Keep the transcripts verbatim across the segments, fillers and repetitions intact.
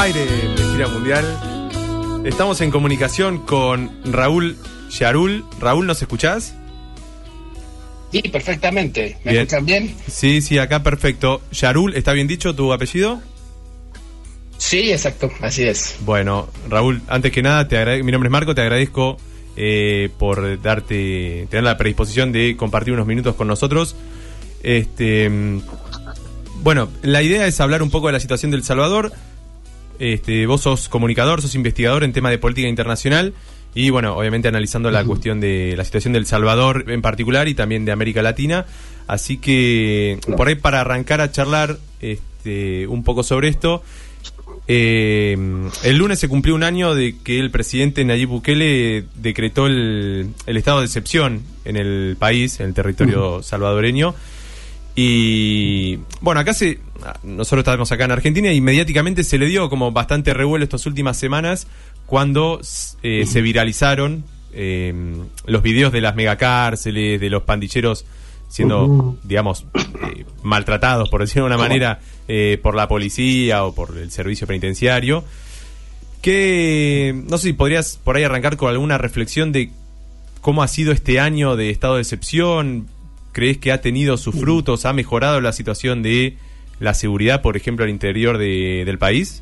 aire de gira mundial. Estamos en comunicación con Raúl Yarul. Raúl, ¿nos escuchás? Sí, perfectamente. ¿Me bien. escuchan bien? Sí, sí, acá perfecto. Yarul, ¿está bien dicho tu apellido? Sí, exacto, así es. Bueno, Raúl, antes que nada, te agrade... mi nombre es Marco, te agradezco eh, por darte, tener la predisposición de compartir unos minutos con nosotros. Este, bueno, la idea es hablar un poco de la situación de El Salvador. Este, vos sos comunicador, sos investigador en tema de política internacional y, bueno, obviamente analizando la uh-huh. cuestión de la situación de El Salvador en particular y también de América Latina. Así que, no. por ahí para arrancar a charlar este, un poco sobre esto. Eh, el lunes se cumplió un año de que el presidente Nayib Bukele decretó el, el estado de excepción en el país, en el territorio uh-huh. salvadoreño. Y bueno, acá se nosotros estábamos acá en Argentina y mediáticamente se le dio como bastante revuelo estas últimas semanas cuando eh, uh-huh. se viralizaron eh, los videos de las megacárceles, de los pandilleros siendo, uh-huh. digamos, eh, maltratados, por decirlo de una manera, eh, por la policía o por el servicio penitenciario. Que, no sé si podrías por ahí arrancar con alguna reflexión de cómo ha sido este año de estado de excepción. ¿Crees que ha tenido sus frutos? ¿Ha mejorado la situación de la seguridad, por ejemplo, al interior de, del país?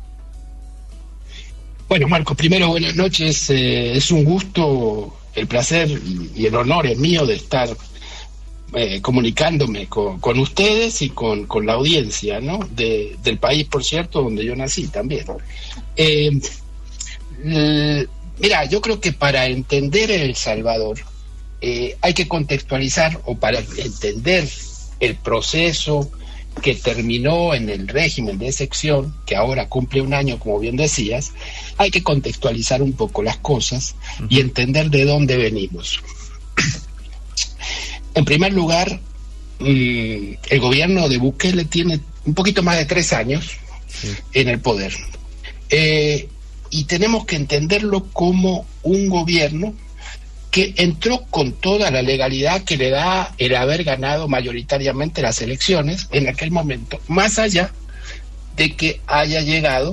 Bueno, Marco, primero buenas noches. Eh, es un gusto, el placer y el honor es mío de estar Eh, comunicándome con, con ustedes y con, con la audiencia, ¿no? De, del país, por cierto, donde yo nací también. Eh, l- mira, yo creo que para entender El Salvador eh, hay que contextualizar, o para entender el proceso que terminó en el régimen de excepción, que ahora cumple un año, como bien decías, hay que contextualizar un poco las cosas uh-huh. y entender de dónde venimos. En primer lugar, mmm, el gobierno de Bukele tiene un poquito más de tres años sí. en el poder. Eh, y tenemos que entenderlo como un gobierno que entró con toda la legalidad que le da el haber ganado mayoritariamente las elecciones en aquel momento, más allá de que haya llegado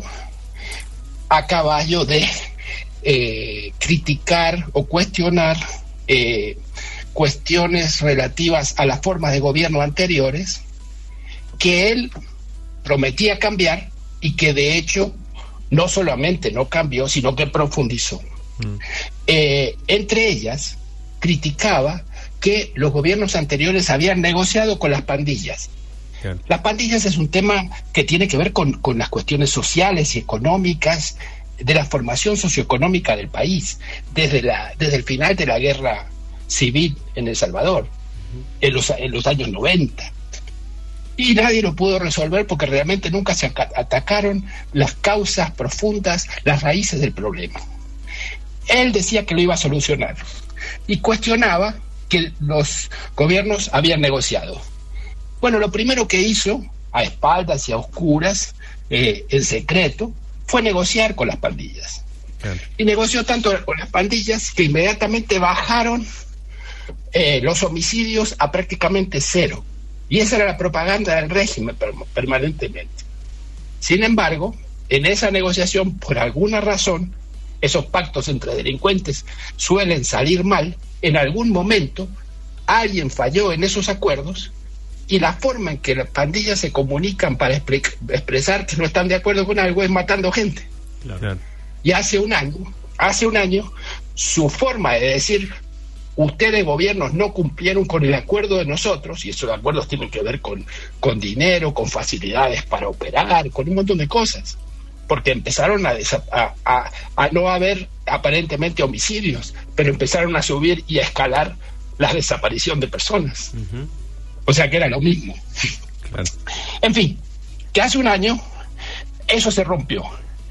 a caballo de eh, criticar o cuestionar eh, cuestiones relativas a las formas de gobierno anteriores que él prometía cambiar y que de hecho no solamente no cambió, sino que profundizó. Mm. Eh, entre ellas, criticaba que los gobiernos anteriores habían negociado con las pandillas. Bien. Las pandillas es un tema que tiene que ver con, con las cuestiones sociales y económicas de la formación socioeconómica del país, desde, la, desde el final de la guerra civil en El Salvador, uh-huh. en, los, en los años noventa. Y nadie lo pudo resolver porque realmente nunca se atacaron las causas profundas, las raíces del problema. Él decía que lo iba a solucionar y cuestionaba que los gobiernos habían negociado. Bueno, lo primero que hizo, a espaldas y a oscuras, eh, en secreto, fue negociar con las pandillas. Bien. Y negoció tanto con las pandillas que inmediatamente bajaron Eh, los homicidios a prácticamente cero, y esa era la propaganda del régimen per- permanentemente. Sin embargo, en esa negociación, por alguna razón, esos pactos entre delincuentes suelen salir mal. En algún momento alguien falló en esos acuerdos y la forma en que las pandillas se comunican para expre- expresar que no están de acuerdo con algo es matando gente. Claro. Y hace un año hace un año su forma de decir: ustedes gobiernos no cumplieron con el acuerdo de nosotros, y esos acuerdos tienen que ver con, con dinero, con facilidades para operar, con un montón de cosas, porque empezaron a, desa- a, a, a no haber aparentemente homicidios, pero empezaron a subir y a escalar la desaparición de personas. Uh-huh. O sea que era lo mismo. Claro. En fin, que hace un año eso se rompió.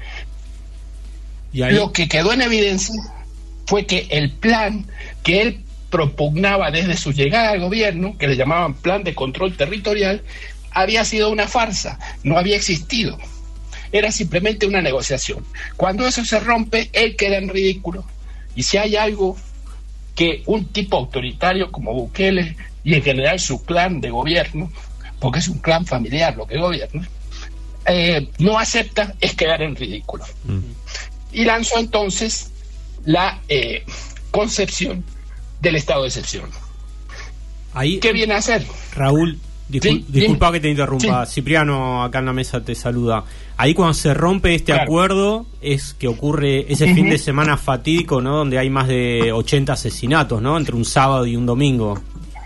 ¿Y ahí? Lo que quedó en evidencia fue que el plan que él propugnaba desde su llegada al gobierno, que le llamaban Plan de Control Territorial, había sido una farsa, no había existido. Era simplemente una negociación. Cuando eso se rompe, él queda en ridículo. Y si hay algo que un tipo autoritario como Bukele y en general su clan de gobierno, porque es un clan familiar lo que gobierna, eh, no acepta es quedar en ridículo. Mm. Y lanzó entonces la eh, concepción del estado de excepción. Ahí, ¿qué viene a hacer? Raúl, discul- sí, disculpa que te interrumpa, sí. Cipriano acá en la mesa te saluda. Ahí cuando se rompe este claro. acuerdo es que ocurre ese uh-huh. fin de semana fatídico, ¿no? Donde hay más de ochenta asesinatos, ¿no? Entre un sábado y un domingo.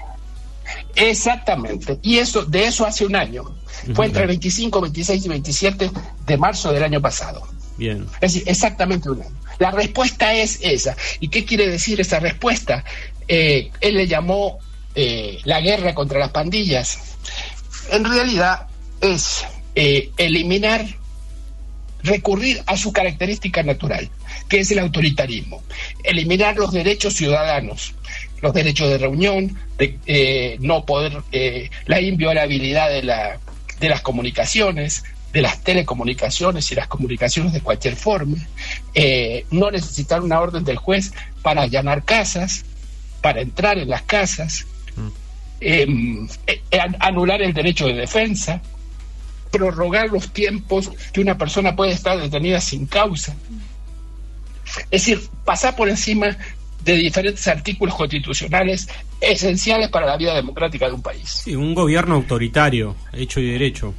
Exactamente, y eso de eso hace un año. Uh-huh. Fue entre el veinticinco, veintiséis y veintisiete de marzo del año pasado. Bien. Es decir, exactamente un año. La respuesta es esa. ¿Y qué quiere decir esa respuesta? Eh, él le llamó eh, la guerra contra las pandillas. En realidad es eh, eliminar, recurrir a su característica natural, que es el autoritarismo. Eliminar los derechos ciudadanos, los derechos de reunión, de eh, no poder, eh, la inviolabilidad de, la, de las comunicaciones, de las telecomunicaciones y las comunicaciones de cualquier forma, eh, no necesitar una orden del juez para allanar casas, para entrar en las casas, mm. eh, eh, anular el derecho de defensa, prorrogar los tiempos que una persona puede estar detenida sin causa. Es decir, pasar por encima de diferentes artículos constitucionales esenciales para la vida democrática de un país. Sí, un gobierno autoritario, hecho y derecho.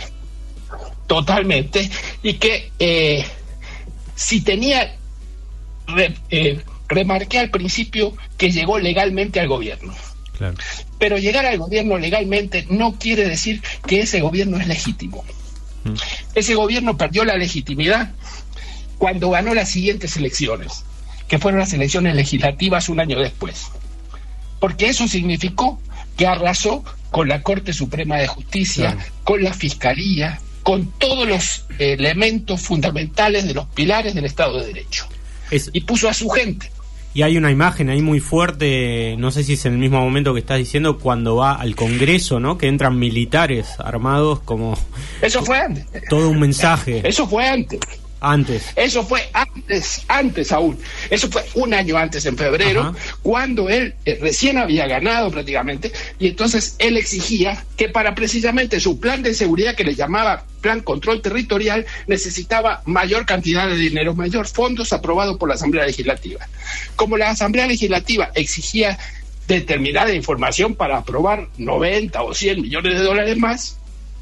Totalmente, y que eh, si tenía, re, eh, remarqué al principio que llegó legalmente al gobierno. Claro. Pero llegar al gobierno legalmente no quiere decir que ese gobierno es legítimo. Mm. Ese gobierno perdió la legitimidad cuando ganó las siguientes elecciones, que fueron las elecciones legislativas un año después. Porque eso significó que arrasó con la Corte Suprema de Justicia, claro. con la Fiscalía, con todos los elementos fundamentales de los pilares del Estado de Derecho. Es... Y puso a su gente. Y hay una imagen ahí muy fuerte, no sé si es en el mismo momento que estás diciendo, cuando va al Congreso, ¿no? Que entran militares armados como... Eso fue antes. Todo un mensaje. Eso fue antes. Antes. Eso fue antes, antes aún. Eso fue un año antes, en febrero, Ajá. cuando él eh, recién había ganado prácticamente, y entonces él exigía que para precisamente su plan de seguridad, que le llamaba Plan Control Territorial, necesitaba mayor cantidad de dinero, mayor fondos aprobados por la Asamblea Legislativa. Como la Asamblea Legislativa exigía determinada información para aprobar noventa o cien millones de dólares más,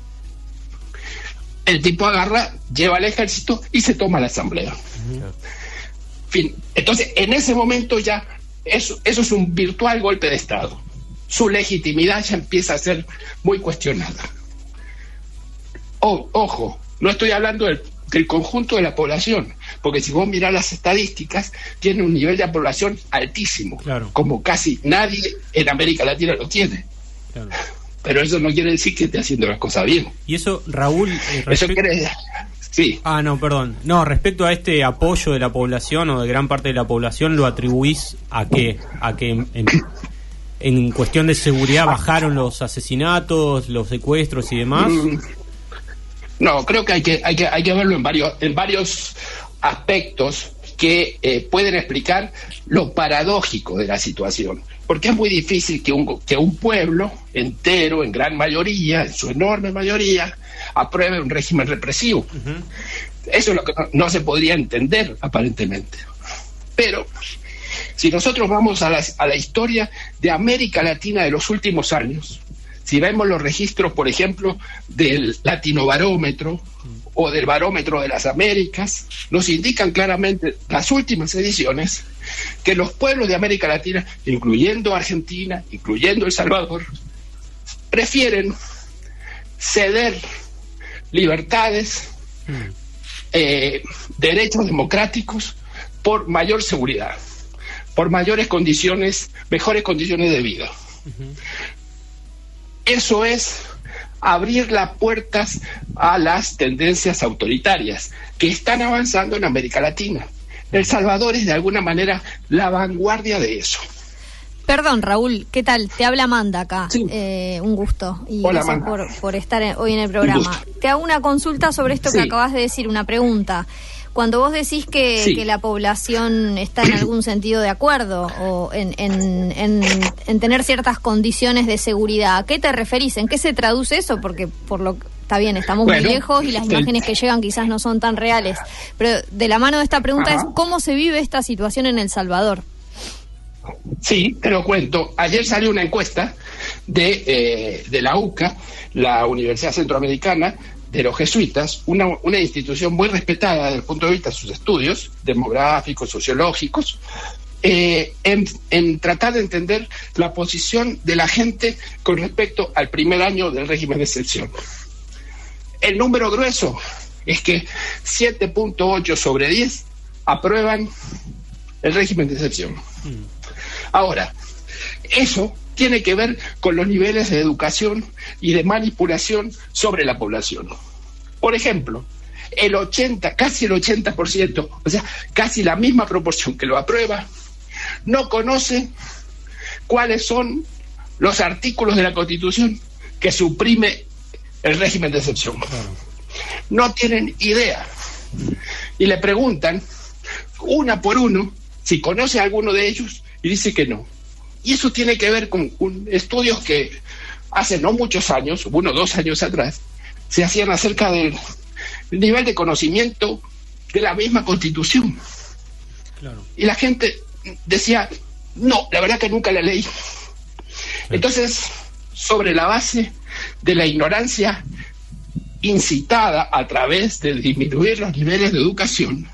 el tipo agarra, lleva al ejército y se toma la asamblea. Uh-huh. Fin. Entonces, en ese momento ya, eso, eso es un virtual golpe de Estado. Su legitimidad ya empieza a ser muy cuestionada. O, ojo, no estoy hablando del, del conjunto de la población, porque si vos mirás las estadísticas, tiene un nivel de población altísimo, claro. como casi nadie en América Latina lo tiene. Claro. Pero eso no quiere decir que esté haciendo las cosas bien. Y eso, Raúl... Eh, respe- eso quiere... Sí. Ah, no, perdón. No, respecto a este apoyo de la población o de gran parte de la población, ¿lo atribuís a qué? ¿A que en, en, en cuestión de seguridad bajaron los asesinatos, los secuestros y demás? No, creo que hay que, hay que, hay que verlo en varios, en varios aspectos que eh, pueden explicar lo paradójico de la situación. Porque es muy difícil que un, que un pueblo entero, en gran mayoría, en su enorme mayoría, apruebe un régimen represivo. Uh-huh. Eso es lo que no, no se podría entender, aparentemente. Pero, si nosotros vamos a la, a la historia de América Latina de los últimos años, si vemos los registros, por ejemplo, del Latinobarómetro o del Barómetro de las Américas, nos indican claramente las últimas ediciones que los pueblos de América Latina, incluyendo Argentina, incluyendo El Salvador, prefieren ceder libertades, mm. eh, derechos democráticos por mayor seguridad, por mayores condiciones, mejores condiciones de vida. Uh-huh. Eso es abrir las puertas a las tendencias autoritarias que están avanzando en América Latina. El Salvador es de alguna manera la vanguardia de eso. Perdón, Raúl, ¿qué tal? Te habla Amanda acá. Sí. Eh, un gusto. Y Hola, gracias por, por estar en, hoy en el programa. Te hago una consulta sobre esto sí. que acabas de decir, una pregunta. Cuando vos decís que, sí. que la población está en algún sentido de acuerdo o en, en, en, en tener ciertas condiciones de seguridad, ¿a qué te referís? ¿En qué se traduce eso? Porque por lo está bien, estamos bueno, muy lejos y las imágenes que llegan quizás no son tan reales. Pero de la mano de esta pregunta Ajá. es ¿cómo se vive esta situación en El Salvador? Sí, te lo cuento. Ayer salió una encuesta de, eh, de la U C A, la Universidad Centroamericana de los Jesuitas, una, una institución muy respetada desde el punto de vista de sus estudios demográficos, sociológicos, eh, en, en tratar de entender la posición de la gente con respecto al primer año del régimen de excepción. El número grueso es que siete punto ocho sobre diez aprueban el régimen de excepción. Mm. Ahora, eso tiene que ver con los niveles de educación y de manipulación sobre la población. Por ejemplo, el ochenta, casi el ochenta por ciento, o sea, casi la misma proporción que lo aprueba, no conoce cuáles son los artículos de la Constitución que suprime el régimen de excepción. No tienen idea. Y le preguntan, una por uno, si conoce a alguno de ellos, y dice que no. Y eso tiene que ver con un, estudios que hace no muchos años, uno o dos años atrás, se hacían acerca del nivel de conocimiento de la misma Constitución. Claro. Y la gente decía, no, la verdad que nunca la leí. Claro. Entonces, sobre la base de la ignorancia incitada a través de disminuir los niveles de educación,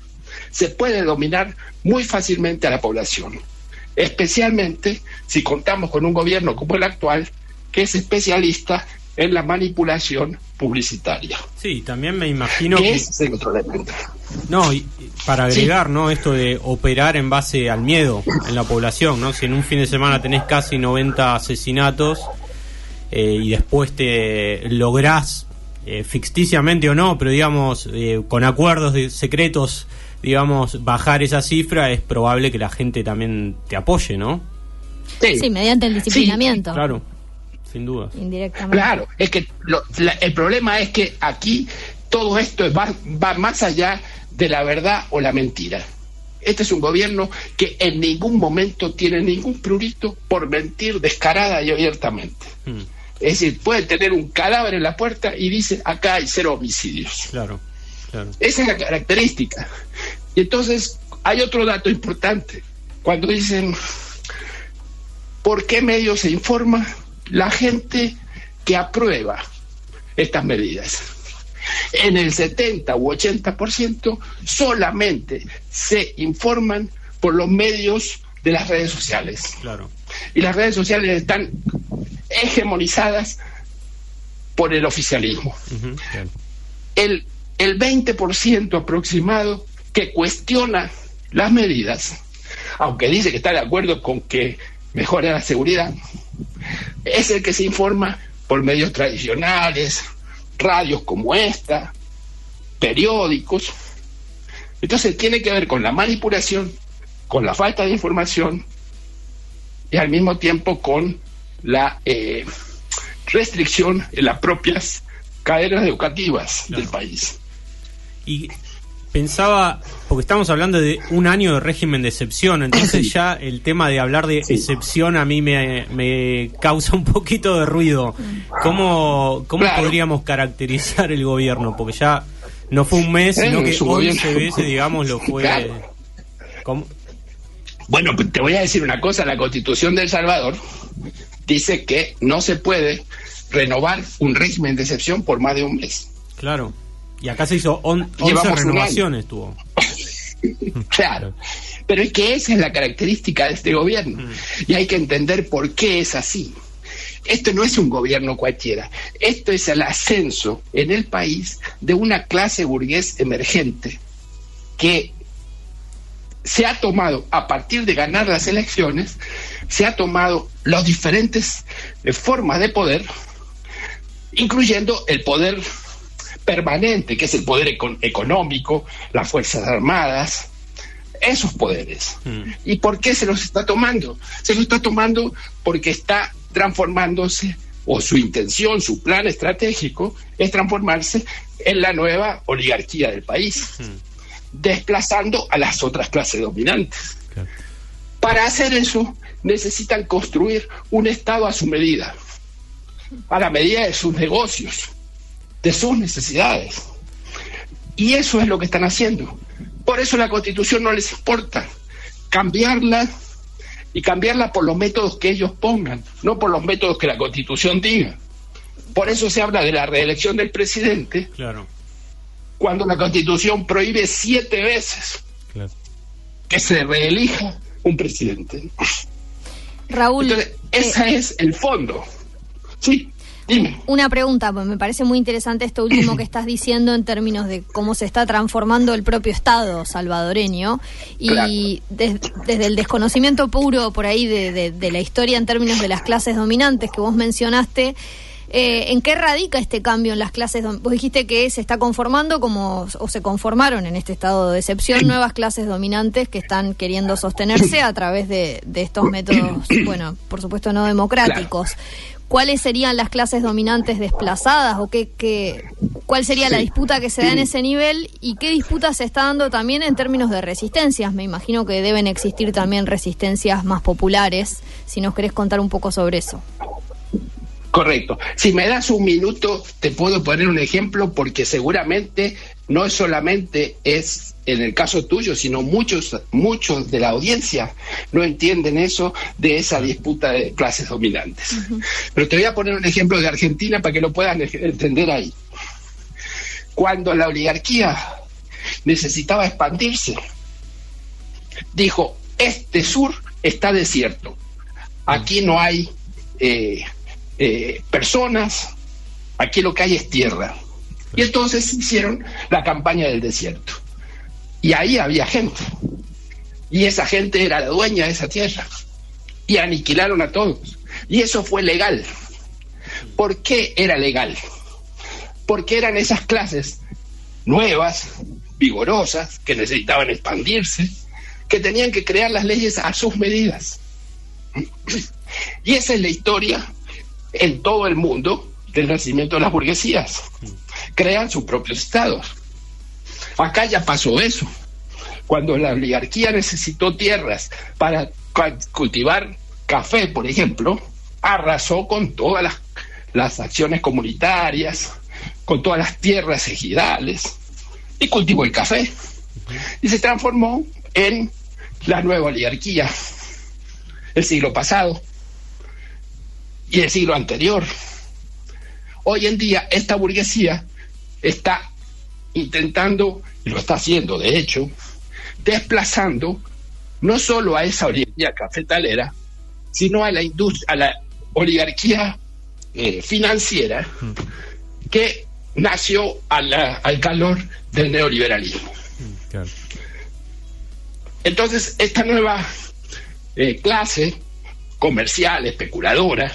se puede dominar muy fácilmente a la población, especialmente si contamos con un gobierno como el actual, que es especialista en la manipulación publicitaria. Sí, también me imagino que... Ese es el otro elemento. No, y para agregar, sí. ¿no? Esto de operar en base al miedo en la población, ¿no? Si en un fin de semana tenés casi noventa asesinatos eh, y después te lográs, eh, ficticiamente o no, pero digamos, eh, con acuerdos de secretos, digamos, bajar esa cifra, es probable que la gente también te apoye, ¿no? Sí, sí, mediante el disciplinamiento. Sí, claro, sin duda. Indirectamente. Claro, es que lo, la, el problema es que aquí todo esto va, va más allá de la verdad o la mentira. Este es un gobierno que en ningún momento tiene ningún prurito por mentir descarada y abiertamente. Hmm. Es decir, puede tener un cadáver en la puerta y dice, acá hay cero homicidios. Claro. Claro. Esa es la característica. Y entonces hay otro dato importante. Cuando dicen ¿por qué medio se informa? La gente que aprueba estas medidas, en el setenta u ochenta por ciento solamente se informan por los medios de las redes sociales. Claro. Y las redes sociales están hegemonizadas por el oficialismo. Uh-huh. Claro. El El veinte por ciento aproximado que cuestiona las medidas, aunque dice que está de acuerdo con que mejore la seguridad, es el que se informa por medios tradicionales, radios como esta, periódicos. Entonces tiene que ver con la manipulación, con la falta de información y al mismo tiempo con la eh, restricción en las propias cadenas educativas claro. del país. Y pensaba, porque estamos hablando de un año de régimen de excepción, entonces sí. ya el tema de hablar de sí. excepción a mí me, me causa un poquito de ruido. ¿Cómo, cómo claro. podríamos caracterizar el gobierno? Porque ya no fue un mes, sino que once veces, digamos, lo fue... Claro. ¿Cómo? Bueno, te voy a decir una cosa, la Constitución de El Salvador dice que no se puede renovar un régimen de excepción por más de un mes. Claro. Y acá se hizo on, once renovaciones, tuvo. Claro. Pero es que esa es la característica de este gobierno. Mm. Y hay que entender por qué es así. Esto no es un gobierno cualquiera. Esto es el ascenso en el país de una clase burgués emergente que se ha tomado, a partir de ganar las elecciones, se ha tomado las diferentes eh, formas de poder, incluyendo el poder permanente, que es el poder econ- económico, las Fuerzas Armadas, esos poderes. Mm. ¿Y por qué se los está tomando? Se los está tomando porque está transformándose, o su intención, su plan estratégico, es transformarse en la nueva oligarquía del país, mm. desplazando a las otras clases dominantes. Claro. Para hacer eso, necesitan construir un Estado a su medida, a la medida de sus negocios. de sus necesidades. Y eso es lo que están haciendo. Por eso la Constitución no les importa. Cambiarla, y cambiarla por los métodos que ellos pongan, no por los métodos que la Constitución diga. Por eso se habla de la reelección del presidente, claro, cuando la Constitución prohíbe siete veces, claro, que se reelija un presidente. Raúl, entonces, ese eh, es el fondo. Sí, dime. Una pregunta, pues me parece muy interesante esto último que estás diciendo en términos de cómo se está transformando el propio Estado salvadoreño y claro, des, desde el desconocimiento puro por ahí de, de, de la historia en términos de las clases dominantes que vos mencionaste. Eh, ¿En qué radica este cambio en las clases? Vos dijiste que se está conformando como o se conformaron en este estado de excepción nuevas clases dominantes que están queriendo sostenerse a través de, de estos métodos, bueno, por supuesto no democráticos. ¿Cuáles serían las clases dominantes desplazadas o qué, qué cuál sería la disputa que se da en ese nivel y qué disputa se está dando también en términos de resistencias? Me imagino que deben existir también resistencias más populares. Si nos querés contar un poco sobre eso. Correcto. Si me das un minuto, te puedo poner un ejemplo, porque seguramente no es solamente es en el caso tuyo, sino muchos muchos de la audiencia no entienden eso de esa disputa de clases dominantes. Uh-huh. Pero te voy a poner un ejemplo de Argentina para que lo puedan entender ahí. Cuando la oligarquía necesitaba expandirse, dijo, este sur está desierto, aquí no hay eh, Eh, personas, aquí lo que hay es tierra. Y entonces hicieron la campaña del desierto. Y ahí había gente. Y esa gente era la dueña de esa tierra. Y aniquilaron a todos. Y eso fue legal. ¿Por qué era legal? Porque eran esas clases nuevas, vigorosas, que necesitaban expandirse, que tenían que crear las leyes a sus medidas. Y esa es la historia en todo el mundo del nacimiento de las burguesías. Crean sus propios estados. Acá ya pasó eso. Cuando la oligarquía necesitó tierras para cultivar café, por ejemplo, arrasó con todas las, las acciones comunitarias, con todas las tierras ejidales, y cultivó el café. Y se transformó en la nueva oligarquía. El siglo pasado y el siglo anterior. Hoy en día esta burguesía está intentando, y lo está haciendo de hecho, desplazando no solo a esa oligarquía cafetalera, sino a la industria, a la oligarquía eh, financiera que nació a la, al calor del neoliberalismo. Claro. Entonces esta nueva eh, clase comercial, especuladora,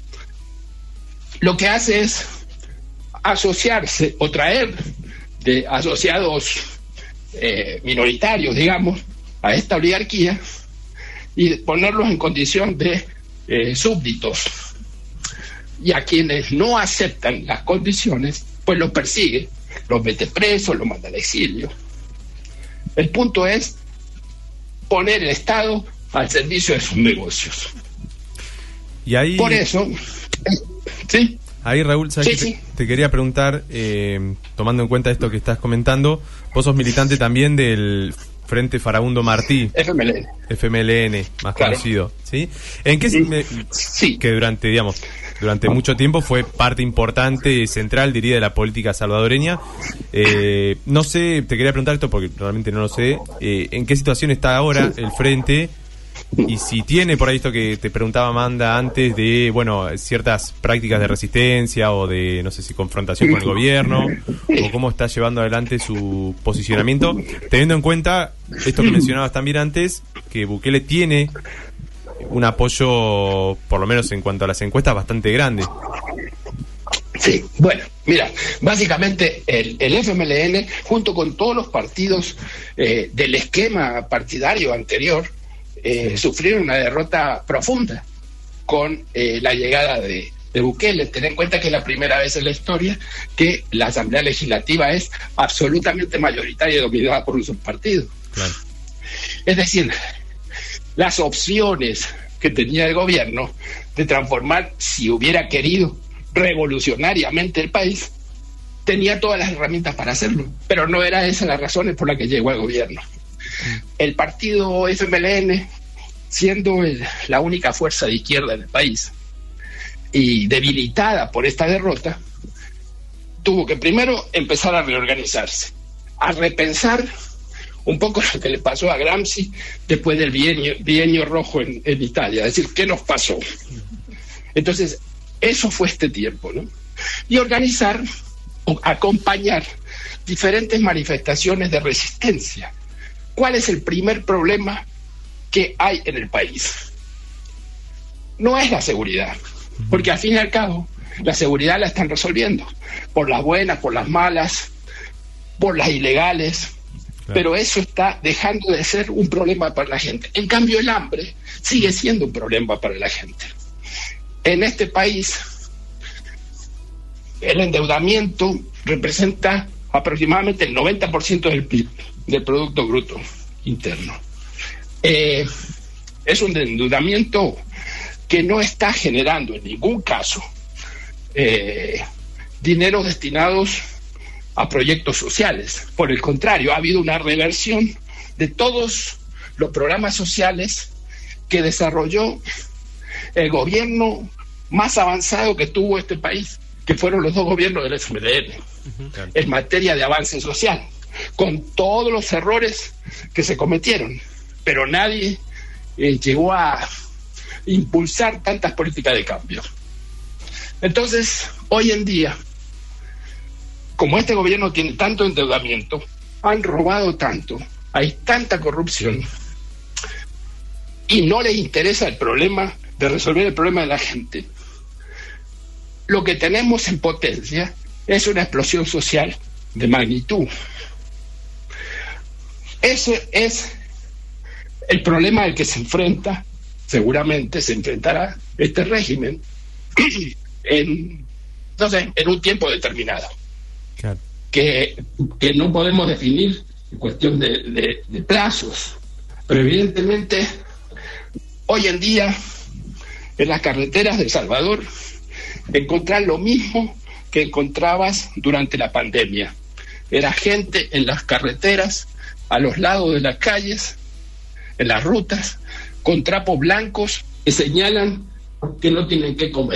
lo que hace es asociarse o traer de asociados eh, minoritarios, digamos, a esta oligarquía y ponerlos en condición de eh, súbditos. Y a quienes no aceptan las condiciones, pues los persigue, los mete presos, los manda al exilio. El punto es poner el Estado al servicio de sus negocios. Y ahí... Por eso... ¿Sí? Ahí, Raúl, ¿sabes sí, qué? Sí. Te, te quería preguntar, eh, tomando en cuenta esto que estás comentando, vos sos militante también del Frente Farabundo Martí. F M L N. F M L N, más claro. conocido, ¿sí? ¿En qué... Sí. Me, sí. Que durante, digamos, durante mucho tiempo fue parte importante, central, diría, de la política salvadoreña. Eh, no sé, te quería preguntar esto porque realmente no lo sé. Eh, ¿En qué situación está ahora el Frente? Y si tiene por ahí esto que te preguntaba Amanda antes de, bueno, ciertas prácticas de resistencia o de, no sé si confrontación con el gobierno, o cómo está llevando adelante su posicionamiento, teniendo en cuenta esto que mencionabas también antes, que Bukele tiene un apoyo, por lo menos en cuanto a las encuestas, bastante grande. Sí, bueno, mira, básicamente el, el F M L N, junto con todos los partidos eh, del esquema partidario anterior, Eh, sufrieron una derrota profunda con eh, la llegada de, de Bukele. Ten en cuenta que es la primera vez en la historia que la Asamblea Legislativa es absolutamente mayoritaria y dominada por un subpartido. Claro. Es decir, las opciones que tenía el gobierno de transformar, si hubiera querido, revolucionariamente el país, tenía todas las herramientas para hacerlo, pero no era esa las razones por las que llegó al gobierno. El partido F M L N, siendo el, la única fuerza de izquierda en el país y debilitada por esta derrota, tuvo que primero empezar a reorganizarse, a repensar un poco lo que le pasó a Gramsci después del bienio, bienio rojo en, en Italia, es decir, ¿qué nos pasó? Entonces, eso fue este tiempo, ¿no? Y organizar, o acompañar diferentes manifestaciones de resistencia. ¿Cuál es el primer problema que hay en el país? No es la seguridad, porque al fin y al cabo la seguridad la están resolviendo, por las buenas, por las malas, por las ilegales, claro. Pero eso está dejando de ser un problema para la gente. En cambio, el hambre sigue siendo un problema para la gente. En este país, el endeudamiento representa aproximadamente el noventa por ciento del P I B, del Producto Bruto Interno. Eh, es un endeudamiento que no está generando en ningún caso eh, dineros destinados a proyectos sociales. Por el contrario, ha habido una reversión de todos los programas sociales que desarrolló el gobierno más avanzado que tuvo este país, que fueron los dos gobiernos del F M L N, uh-huh. en materia de avance social, con todos los errores que se cometieron, pero nadie eh, llegó a impulsar tantas políticas de cambio. Entonces, hoy en día, como este gobierno tiene tanto endeudamiento, han robado tanto, hay tanta corrupción, y no les interesa el problema de resolver el problema de la gente, lo que tenemos en potencia es una explosión social de magnitud. Ese es el problema al que se enfrenta, seguramente se enfrentará este régimen en, no sé, en un tiempo determinado. Claro. Que, que no podemos definir en cuestión de, de, de plazos, pero evidentemente hoy en día en las carreteras de El Salvador encontrar lo mismo que encontrabas durante la pandemia. Era gente en las carreteras, a los lados de las calles, en las rutas, con trapos blancos que señalan que no tienen que comer.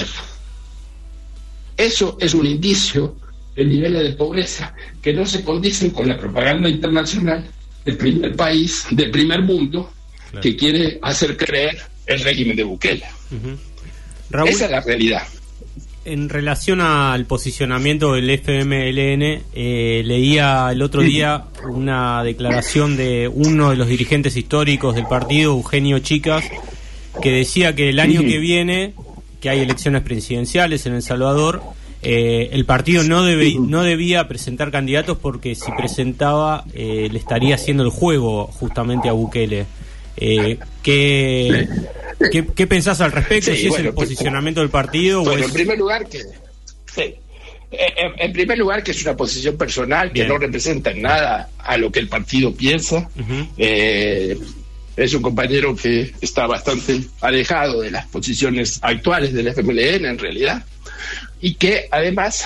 Eso es un indicio de niveles de pobreza que no se condicen con la propaganda internacional del primer país, del primer mundo, claro, que quiere hacer creer el régimen de Bukele. Uh-huh. Raúl, esa es la realidad. En relación al posicionamiento del F M L N, eh, leía el otro día una declaración de uno de los dirigentes históricos del partido, Eugenio Chicas, que decía que el año que viene, que hay elecciones presidenciales en El Salvador, eh, el partido no debe, no debía presentar candidatos porque si presentaba eh, le estaría haciendo el juego justamente a Bukele. Eh, ¿qué, qué, ¿Qué pensás al respecto? Sí, si bueno, es el posicionamiento del partido. Bueno, o es... en primer lugar que sí. en, en primer lugar que es una posición personal que Bien. no representa en nada a lo que el partido piensa. Uh-huh. eh, es un compañero que está bastante alejado de las posiciones actuales del F M L N en realidad, y que además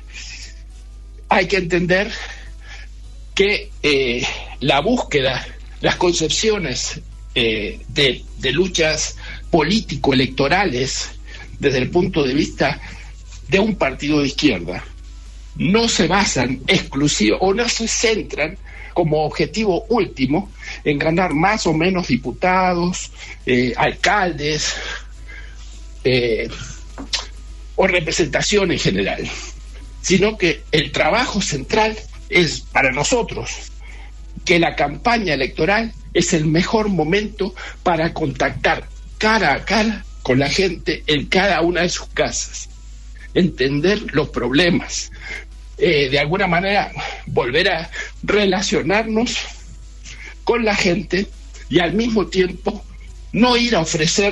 hay que entender que eh, la búsqueda, las concepciones eh, de, de luchas político-electorales desde el punto de vista de un partido de izquierda no se basan exclusivo o no se centran como objetivo último en ganar más o menos diputados, eh, alcaldes eh, o representación en general, sino que el trabajo central es para nosotros que la campaña electoral es el mejor momento para contactar cara a cara con la gente en cada una de sus casas, entender los problemas, eh, de alguna manera volver a relacionarnos con la gente y al mismo tiempo no ir a ofrecer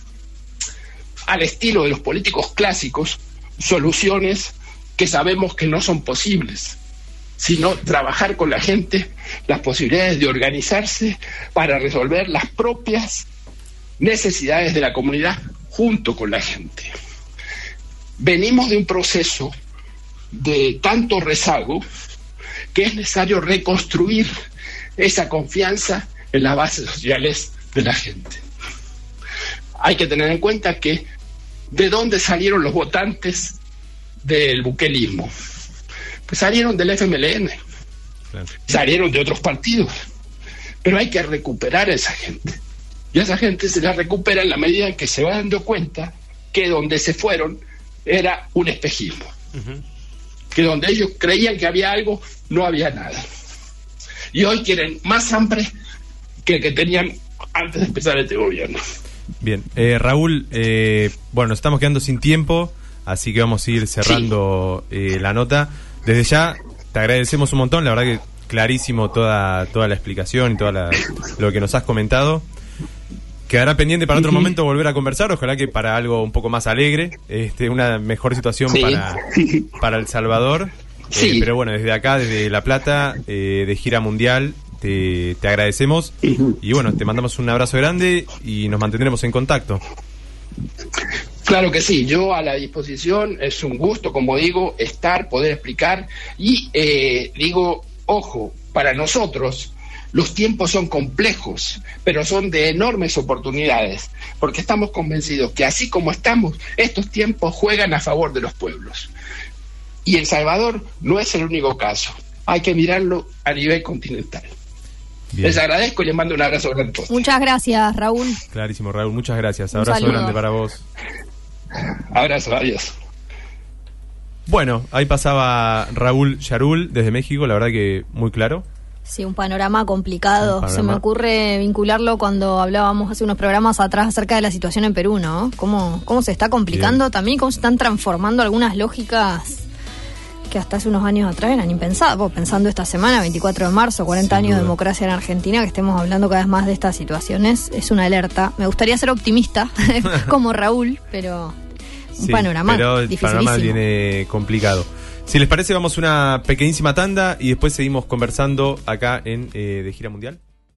al estilo de los políticos clásicos soluciones que sabemos que no son posibles, sino trabajar con la gente las posibilidades de organizarse para resolver las propias necesidades de la comunidad junto con la gente. Venimos de un proceso de tanto rezago que es necesario reconstruir esa confianza en las bases sociales de la gente. Hay que tener en cuenta que ¿de dónde salieron los votantes del buquelismo? Pues salieron del F M L N, claro. Salieron de otros partidos, pero hay que recuperar a esa gente. Y a esa gente se la recupera en la medida en que se va dando cuenta que donde se fueron era un espejismo. Uh-huh. Que donde ellos creían que había algo, no había nada. Y hoy quieren más hambre que el que tenían antes de empezar este gobierno. Bien, eh, Raúl, eh, bueno, nos estamos quedando sin tiempo, así que vamos a ir cerrando sí. eh, la nota. Desde ya te agradecemos un montón, la verdad que clarísimo toda toda la explicación y todo lo que nos has comentado. Quedará pendiente para otro uh-huh. momento volver a conversar, ojalá que para algo un poco más alegre, este, una mejor situación sí. para, para El Salvador. Sí. Eh, pero bueno, desde acá, desde La Plata, eh, de Gira Mundial, te, te agradecemos uh-huh. y bueno, te mandamos un abrazo grande y nos mantendremos en contacto. Claro que sí, yo a la disposición, es un gusto, como digo, estar, poder explicar y eh, digo, ojo, para nosotros los tiempos son complejos, pero son de enormes oportunidades, porque estamos convencidos que así como estamos, estos tiempos juegan a favor de los pueblos. Y El Salvador no es el único caso, hay que mirarlo a nivel continental. Bien. Les agradezco y les mando un abrazo grande a todos. Muchas gracias, Raúl. Clarísimo, Raúl, muchas gracias. Abrazo grande para vos. Abrazo, adiós. Bueno, ahí pasaba Raúl Yarul desde México, la verdad que muy claro. Sí, un panorama complicado. Un panorama. Se me ocurre vincularlo cuando hablábamos hace unos programas atrás acerca de la situación en Perú, ¿no? Cómo, cómo se está complicando Bien. También, cómo se están transformando algunas lógicas que hasta hace unos años atrás eran impensadas. Vos, pensando esta semana, veinticuatro de marzo, cuarenta Sin años duda. De democracia en Argentina, que estemos hablando cada vez más de estas situaciones, es una alerta. Me gustaría ser optimista, como Raúl, pero un sí, panorama pero el panorama viene complicado. Si les parece, vamos a una pequeñísima tanda y después seguimos conversando acá en eh, De Gira Mundial.